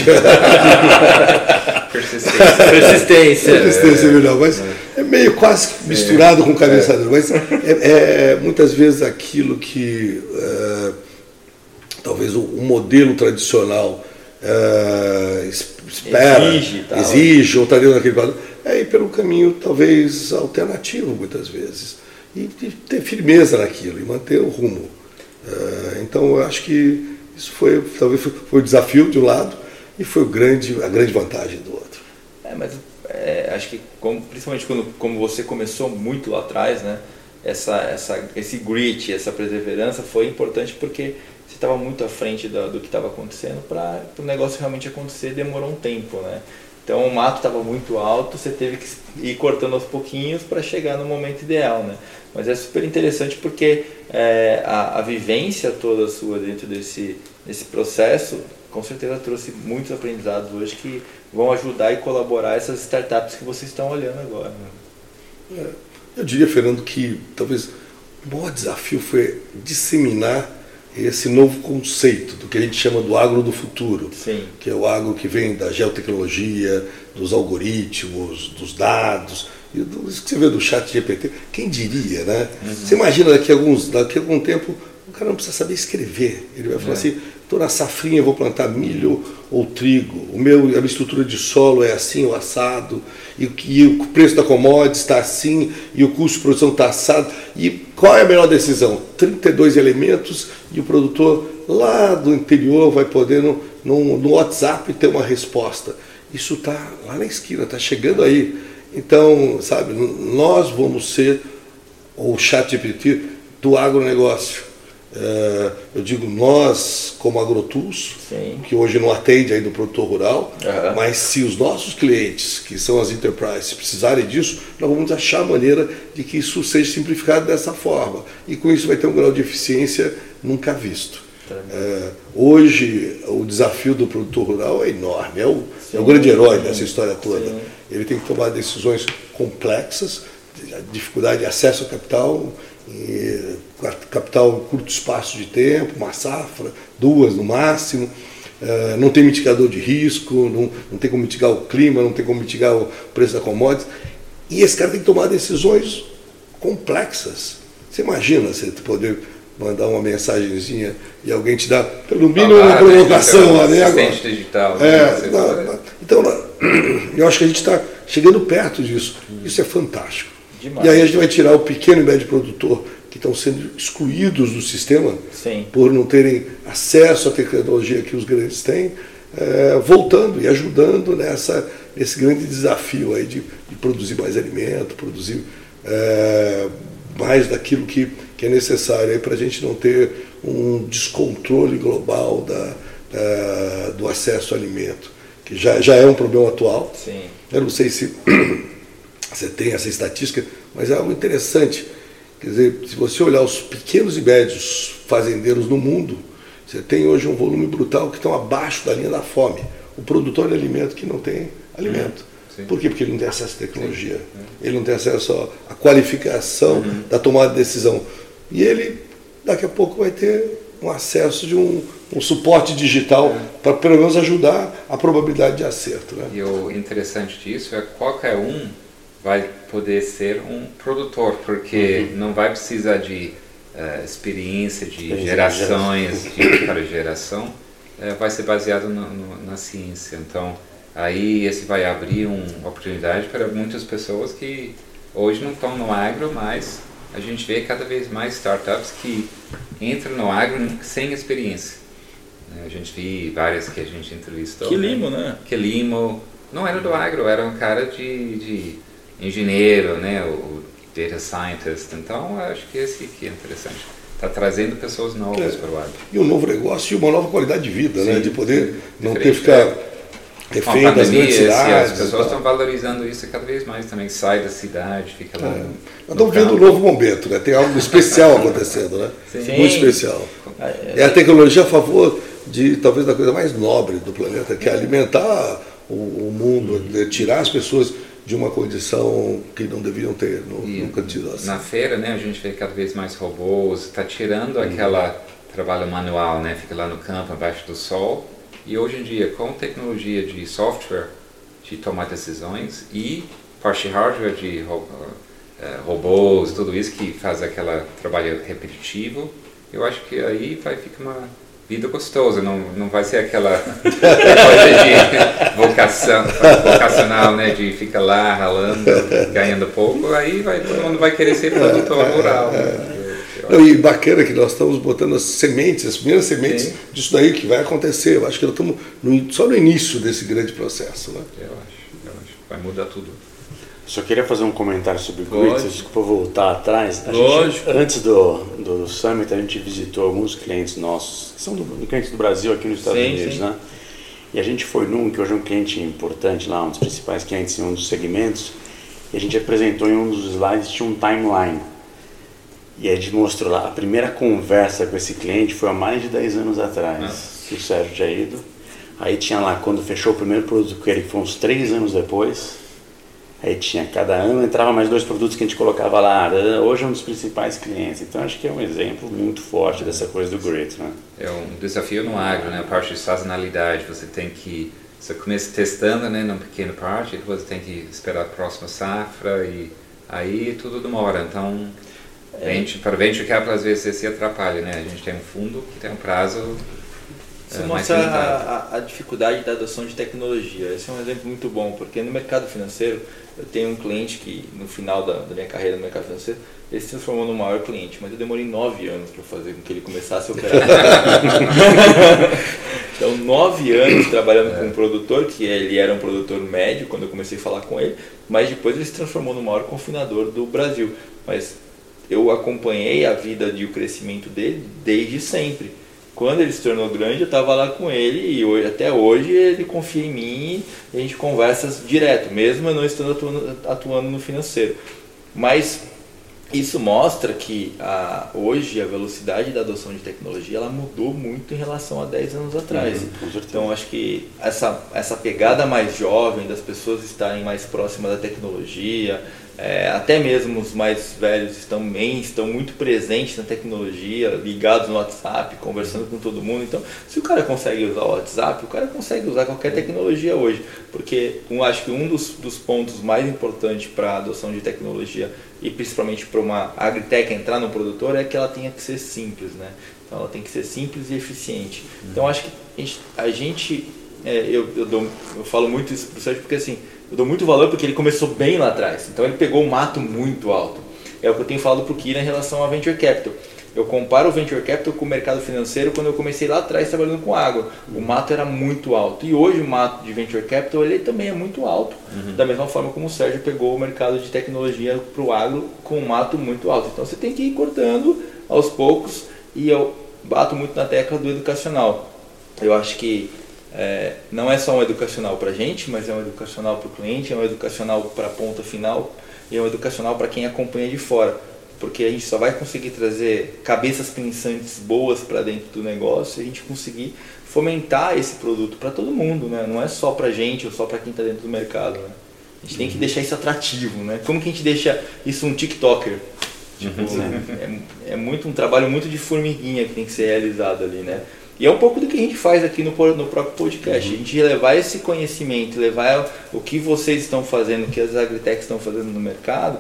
Persistência é melhor, mas é meio quase misturado com cabeça dura, mas muitas vezes aquilo que talvez o modelo tradicional espera, exige ou está dentro daquele quadro, é ir pelo caminho talvez alternativo muitas vezes. E ter firmeza naquilo e manter o rumo. Então eu acho que isso talvez foi o desafio de um lado e foi a grande vantagem do outro. Mas acho que principalmente como você começou muito lá atrás, né, esse grit, essa perseverança foi importante porque você estava muito à frente do que estava acontecendo. Para o negócio realmente acontecer demorou um tempo, né? Então o mato estava muito alto, você teve que ir cortando aos pouquinhos para chegar no momento ideal, né? Mas é super interessante porque a vivência toda sua dentro desse processo, com certeza trouxe muitos aprendizados hoje que vão ajudar e colaborar essas startups que vocês estão olhando agora. Né? Eu diria, Fernando, que talvez o maior desafio foi disseminar esse novo conceito do que a gente chama do agro do futuro. Sim. Que é o agro que vem da geotecnologia, dos algoritmos, dos dados, e isso que você vê do chat GPT. Quem diria, né? Você imagina daqui a algum tempo o cara não precisa saber escrever. Ele vai falar assim, estou na safrinha, vou plantar milho ou trigo, a minha estrutura de solo é assim, o assado, e o preço da commodity está assim, e o custo de produção está assado. E qual é a melhor decisão? 32 elementos, e o produtor lá do interior vai poder no WhatsApp ter uma resposta. Isso está lá na esquina, está chegando aí. Então, sabe, nós vamos ser o ChatGPT do agronegócio. Eu digo nós, como AgroTools, que hoje não atende aí do produtor rural, mas se os nossos clientes, que são as enterprises, precisarem disso, nós vamos achar a maneira de que isso seja simplificado dessa forma. E com isso vai ter um grau de eficiência nunca visto. Hoje o desafio do produtor rural é enorme, é o grande herói dessa história toda. Ele tem que tomar decisões complexas, a dificuldade de acesso ao capital, capital em curto espaço de tempo, uma safra, 2 no máximo, não tem mitigador de risco, não tem como mitigar o clima, não tem como mitigar o preço da commodity, e esse cara tem que tomar decisões complexas. Você imagina você poder mandar uma mensagenzinha e alguém te dá pelo mínimo uma provocação lá, né? Assistente digital. Então, eu acho que a gente está chegando perto disso. Isso é fantástico. Demais. E aí a gente vai tirar o pequeno e médio produtor que estão sendo excluídos do sistema por não terem acesso à tecnologia que os grandes têm, voltando e ajudando nesse grande desafio aí de produzir mais alimento, produzir mais daquilo que é necessário para a gente não ter um descontrole global do acesso ao alimento, que já é um problema atual. Eu não sei se você tem essa estatística, mas é algo interessante. Quer dizer, se você olhar os pequenos e médios fazendeiros no mundo, você tem hoje um volume brutal que estão abaixo da linha da fome. O produtor de alimento que não tem alimento. Por quê? Porque ele não tem acesso à tecnologia. Ele não tem acesso à qualificação da tomada de decisão. E ele, daqui a pouco, vai ter um acesso de um suporte digital para, pelo menos, ajudar a probabilidade de acerto. Né? E o interessante disso é que qualquer um vai poder ser um produtor, porque não vai precisar de experiência, de gerações, para geração, vai ser baseado na ciência. Então, aí esse vai abrir uma oportunidade para muitas pessoas que hoje não estão no agro, mas a gente vê cada vez mais startups que entram no agro sem experiência. A gente viu várias que a gente entrevistou. Quilimo, né? Quilimo não era do agro, era um cara de engenheiro, né? O data scientist. Então, acho que esse aqui é interessante. Está trazendo pessoas novas para o agro. E um novo negócio e uma nova qualidade de vida, né? De poder não ter que ficar refém das grandes cidades. As pessoas estão valorizando isso cada vez mais também. Sai da cidade, fica lá. Nós estamos vendo um novo momento, né? Tem algo especial acontecendo, né? Muito especial. É a tecnologia a favor talvez da coisa mais nobre do planeta, que é alimentar o mundo, tirar as pessoas de uma condição que não deveriam ter nunca tido assim. Na feira, né, a gente vê cada vez mais robôs, está tirando trabalho manual, né, fica lá no campo, abaixo do sol. E hoje em dia, com tecnologia de software, de tomar decisões e parte hardware de robôs, tudo isso que faz aquele trabalho repetitivo, eu acho que aí vai ficar uma vida gostosa, não vai ser aquela coisa de vocacional, né, de ficar lá ralando, ganhando pouco, aí todo mundo vai querer ser produtor rural. E bacana que nós estamos botando as primeiras sementes disso daí que vai acontecer. Eu acho que nós estamos só no início desse grande processo. Né? Eu acho que vai mudar tudo. Só queria fazer um comentário sobre o Grit, desculpa voltar atrás. Lógico. Antes do Summit, a gente visitou alguns clientes nossos, que são clientes do Brasil aqui nos Estados Unidos, né? E a gente foi num, que hoje é um cliente importante lá, um dos principais clientes em um dos segmentos, e a gente apresentou em um dos slides, tinha um timeline. E a gente mostrou lá, a primeira conversa com esse cliente foi há mais de 10 anos atrás, que o Sérgio tinha ido. Aí tinha lá, quando fechou o primeiro produto com ele, que foi uns 3 anos depois. Aí tinha, cada ano entrava mais 2 produtos que a gente colocava lá. Hoje é um dos principais clientes. Então acho que é um exemplo muito forte dessa coisa do Grit, né? É um desafio no agro, né? A parte de sazonalidade. Você começa testando, né, numa pequena parte, e depois você tem que esperar a próxima safra e aí tudo demora. Então, para venture capital às vezes você se atrapalha, né? A gente tem um fundo que tem um prazo. Isso mostra a dificuldade da adoção de tecnologia. Esse é um exemplo muito bom, porque no mercado financeiro, eu tenho um cliente que no final da minha carreira no mercado financeiro, ele se transformou no maior cliente, mas eu demorei 9 anos para fazer com que ele começasse a operar. Então, 9 anos trabalhando com um produtor, que ele era um produtor médio quando eu comecei a falar com ele, mas depois ele se transformou no maior confinador do Brasil. Mas eu acompanhei a vida e o crescimento dele desde sempre. Quando ele se tornou grande, eu estava lá com ele e hoje, até hoje ele confia em mim e a gente conversa direto, mesmo eu não estando atuando no financeiro. Mas isso mostra que hoje a velocidade da adoção de tecnologia ela mudou muito em relação a 10 anos atrás. Então acho que essa pegada mais jovem das pessoas estarem mais próximas da tecnologia, até mesmo os mais velhos estão muito presentes na tecnologia, ligados no WhatsApp, conversando com todo mundo. Então, se o cara consegue usar o WhatsApp, o cara consegue usar qualquer tecnologia hoje. Porque acho que um dos pontos mais importantes para a adoção de tecnologia e principalmente para uma agritech entrar no produtor é que ela tenha que ser simples, né? Então ela tem que ser simples e eficiente. Então acho que eu falo muito isso para o Sérgio porque assim, eu dou muito valor porque ele começou bem lá atrás. Então ele pegou um mato muito alto. É o que eu tenho falado para o Kira em relação a Venture Capital. Eu comparo o Venture Capital com o mercado financeiro quando eu comecei lá atrás trabalhando com água. O mato era muito alto. E hoje o mato de Venture Capital ele também é muito alto. Da mesma forma como o Sérgio pegou o mercado de tecnologia para o agro com um mato muito alto. Então você tem que ir cortando aos poucos e eu bato muito na tecla do educacional. Eu acho que não é só um educacional para a gente, mas é um educacional para o cliente, é um educacional para a ponta final e é um educacional para quem acompanha de fora. Porque a gente só vai conseguir trazer cabeças pensantes boas para dentro do negócio se a gente conseguir fomentar esse produto para todo mundo, né? Não é só para a gente ou só para quem está dentro do mercado, né? A gente tem que deixar isso atrativo, né? Como que a gente deixa isso um TikToker? Tipo, é muito um trabalho muito de formiguinha que tem que ser realizado ali, né? E é um pouco do que a gente faz aqui no próprio podcast. A gente levar esse conhecimento, levar o que vocês estão fazendo, o que as agritechs estão fazendo no mercado,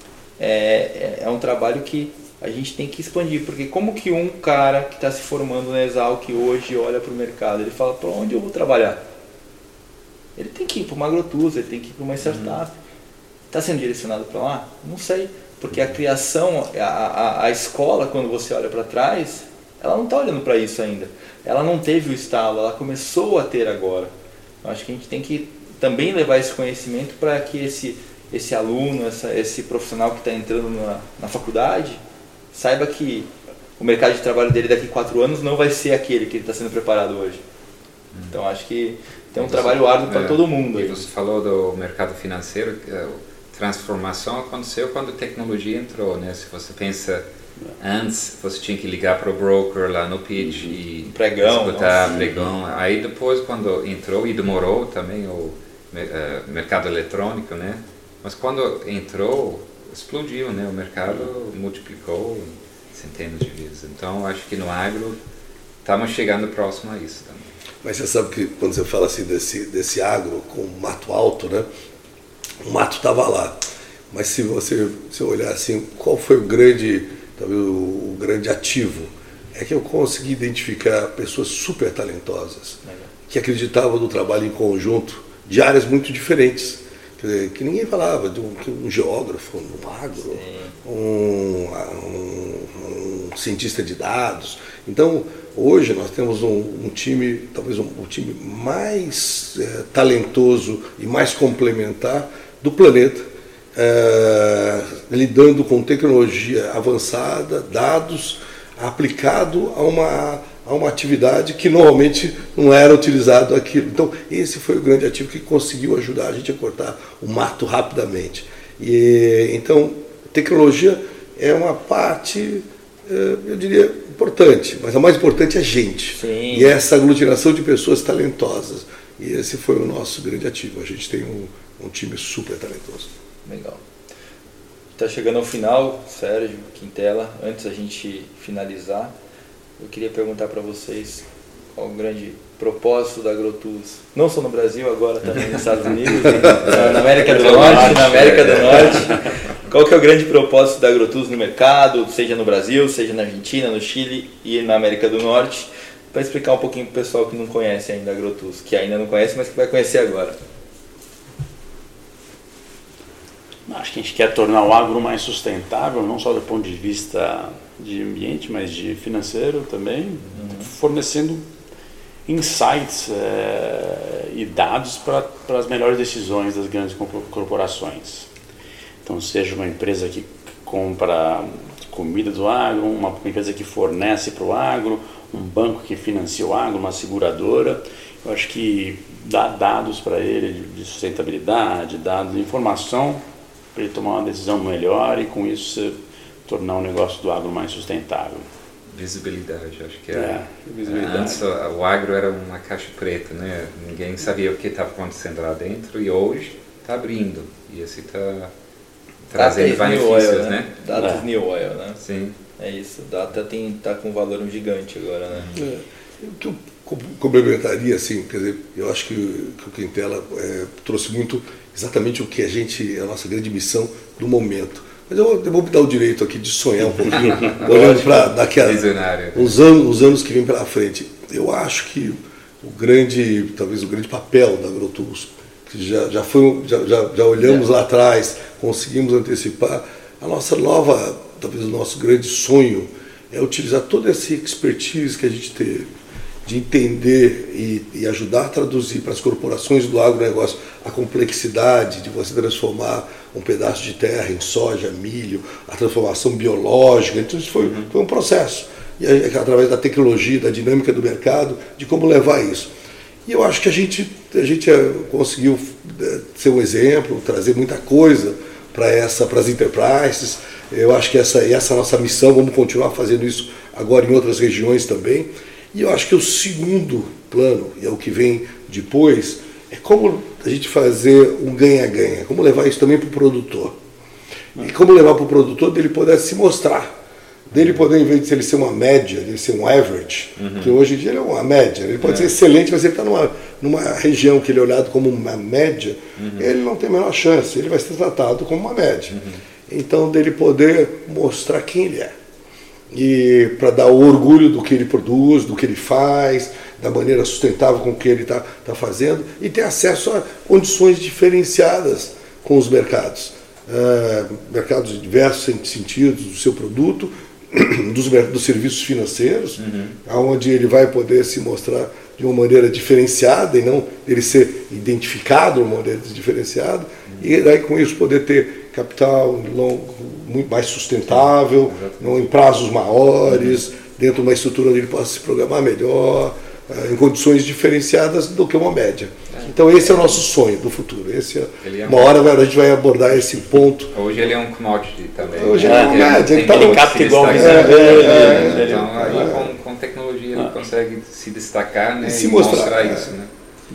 é um trabalho que a gente tem que expandir. Porque como que um cara que está se formando na Exalc hoje olha para o mercado, ele fala, para onde eu vou trabalhar? Ele tem que ir para uma agrotus, ele tem que ir para uma startup. Está sendo direcionado para lá? Não sei. Porque a criação, a escola, quando você olha para trás, ela não está olhando para isso ainda. Ela não teve o estalo, ela começou a ter agora. Eu acho que a gente tem que também levar esse conhecimento para que esse aluno, esse profissional que está entrando na faculdade, saiba que o mercado de trabalho dele daqui a 4 anos não vai ser aquele que ele está sendo preparado hoje. Então acho que tem um trabalho árduo para todo mundo. E você falou do mercado financeiro, a transformação aconteceu quando a tecnologia entrou, né? Se você pensa, antes você tinha que ligar para o broker lá no pitch e executar pregão. Aí depois quando entrou, e demorou também o mercado eletrônico, né? Mas quando entrou, explodiu, né? O mercado multiplicou em centenas de vezes. Então acho que no agro estamos chegando próximo a isso também. Mas você sabe que quando você fala assim desse agro com mato alto, né? O mato estava lá. Mas se você olhar assim, qual foi talvez o grande ativo? É que eu consegui identificar pessoas super talentosas que acreditavam no trabalho em conjunto de áreas muito diferentes. Quer dizer, que ninguém falava de um geógrafo, um agro, um cientista de dados. Então, hoje nós temos um time, talvez um time mais talentoso e mais complementar do planeta, lidando com tecnologia avançada, dados, aplicado a uma atividade que normalmente não era utilizado aquilo. Então, esse foi o grande ativo que conseguiu ajudar a gente a cortar o mato rapidamente. Então, tecnologia é uma parte, eu diria, importante, mas a mais importante é a gente. Sim. E essa aglutinação de pessoas talentosas. E esse foi o nosso grande ativo. A gente tem um time super talentoso. Legal. Está chegando ao final, Sérgio, Quintela. Antes da gente finalizar, eu queria perguntar para vocês qual o grande propósito da Agrotus, não só no Brasil, agora também nos Estados Unidos, na América do Norte, Qual que é o grande propósito da Agrotus no mercado, seja no Brasil, seja na Argentina, no Chile e na América do Norte, para explicar um pouquinho para o pessoal que não conhece ainda a Agrotus, que ainda não conhece, mas que vai conhecer agora. Acho que a gente quer tornar o agro mais sustentável, não só do ponto de vista de ambiente, mas de financeiro também, fornecendo insights e dados para as melhores decisões das grandes corporações. Então, seja uma empresa que compra comida do agro, uma empresa que fornece para o agro, um banco que financia o agro, uma seguradora. Eu acho que dá dados para ele de sustentabilidade, dados de informação para ele tomar uma decisão melhor e com isso tornar o negócio do agro mais sustentável. Visibilidade, acho que visibilidade. Antes o agro era uma caixa preta, né? Ninguém sabia o que estava acontecendo lá dentro e hoje está abrindo e esse está trazendo benefícios, né? Datas New Oil, né? Sim. É isso, Data está com um valor gigante agora, né? O que eu complementaria, assim, quer dizer, eu acho que o Quintela trouxe muito exatamente o que a nossa grande missão do momento. Mas eu vou me dar o direito aqui de sonhar um pouquinho, olhando para daqui a os anos que vêm pela frente. Eu acho que talvez o grande papel da Agrotulos, que já olhamos lá atrás, conseguimos antecipar, a nossa nova, talvez o nosso grande sonho é utilizar toda essa expertise que a gente teve, de entender e ajudar a traduzir para as corporações do agronegócio a complexidade de você transformar um pedaço de terra em soja, milho, a transformação biológica. Então isso foi um processo. E através da tecnologia, da dinâmica do mercado, de como levar isso. E eu acho que a gente conseguiu ser um exemplo, trazer muita coisa para as enterprises. Eu acho que essa é a nossa missão, vamos continuar fazendo isso agora em outras regiões também. E eu acho que o segundo plano, e é o que vem depois, é como a gente fazer um ganha-ganha, como levar isso também para o produtor. E como levar para o produtor dele poder se mostrar, dele poder, em vez de ele ser uma média, ele ser um average, porque hoje em dia ele é uma média, ele pode ser excelente, mas ele está numa região que ele é olhado como uma média, ele não tem a menor chance, ele vai ser tratado como uma média. Então, dele poder mostrar quem ele é. E para dar o orgulho do que ele produz, do que ele faz, da maneira sustentável com que ele está fazendo, e ter acesso a condições diferenciadas com os mercados. Mercados de diversos sentidos do seu produto, dos serviços financeiros, onde ele vai poder se mostrar de uma maneira diferenciada e não ele ser identificado de uma maneira diferenciada, e daí com isso poder ter capital muito mais sustentável, em prazos maiores, dentro de uma estrutura onde ele possa se programar melhor, em condições diferenciadas do que uma média. Então esse é o nosso sonho do futuro. Uma hora a gente vai abordar esse ponto. Hoje ele é um commodity também. Hoje ele é uma média. Ele capta igual então aí com tecnologia ele consegue se destacar, né, e se mostrar isso. Né?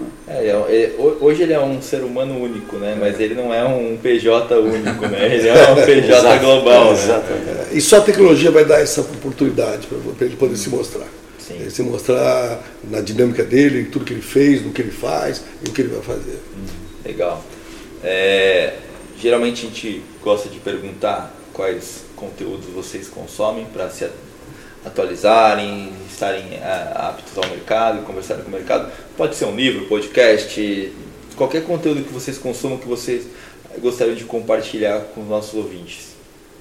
Hoje ele é um ser humano único, né? Mas ele não é um PJ único, né? Ele é um PJ global. Né? E só a tecnologia vai dar essa oportunidade para ele poder se mostrar. Ele se mostrar na dinâmica dele, em tudo que ele fez, no que ele faz e o que ele vai fazer. Legal. Geralmente a gente gosta de perguntar quais conteúdos vocês consomem para se atualizarem, estarem aptos ao mercado, conversarem com o mercado. Pode ser um livro, podcast, qualquer conteúdo que vocês consumam que vocês gostariam de compartilhar com os nossos ouvintes.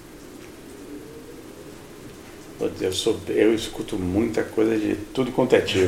Eu escuto muita coisa de tudo quanto é tipo.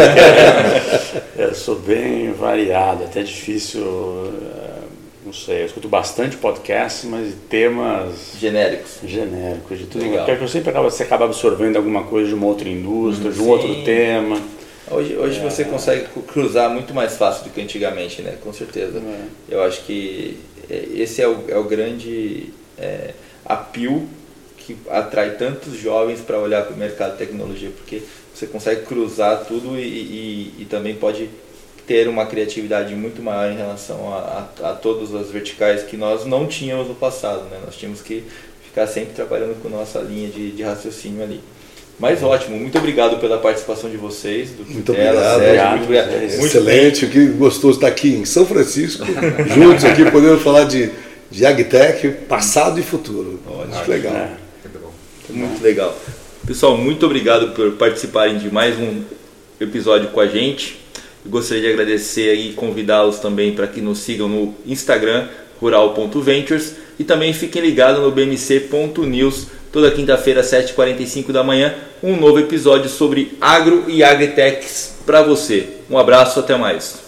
Eu sou bem variado, até difícil, não sei, eu escuto bastante podcast, mas de temas genéricos, de tudo. Porque eu sempre você acaba absorvendo alguma coisa de uma outra indústria, de um outro tema. Hoje você consegue cruzar muito mais fácil do que antigamente, né? Com certeza. Eu acho que esse é o grande appeal que atrai tantos jovens para olhar para o mercado de tecnologia, porque você consegue cruzar tudo e também pode ter uma criatividade muito maior em relação a todas as verticais que nós não tínhamos no passado, né? Nós tínhamos que ficar sempre trabalhando com nossa linha de raciocínio ali. Mas ótimo, muito obrigado pela participação de vocês. Muito obrigado. Excelente, que gostoso estar aqui em São Francisco, juntos aqui, podendo falar de AgTech, passado e futuro. Muito legal. Muito legal. Pessoal, muito obrigado por participarem de mais um episódio com a gente. Eu gostaria de agradecer e convidá-los também para que nos sigam no Instagram, rural.ventures, e também fiquem ligados no bmc.news, toda quinta-feira, às 7h45 da manhã, um novo episódio sobre agro e agritechs para você. Um abraço, até mais.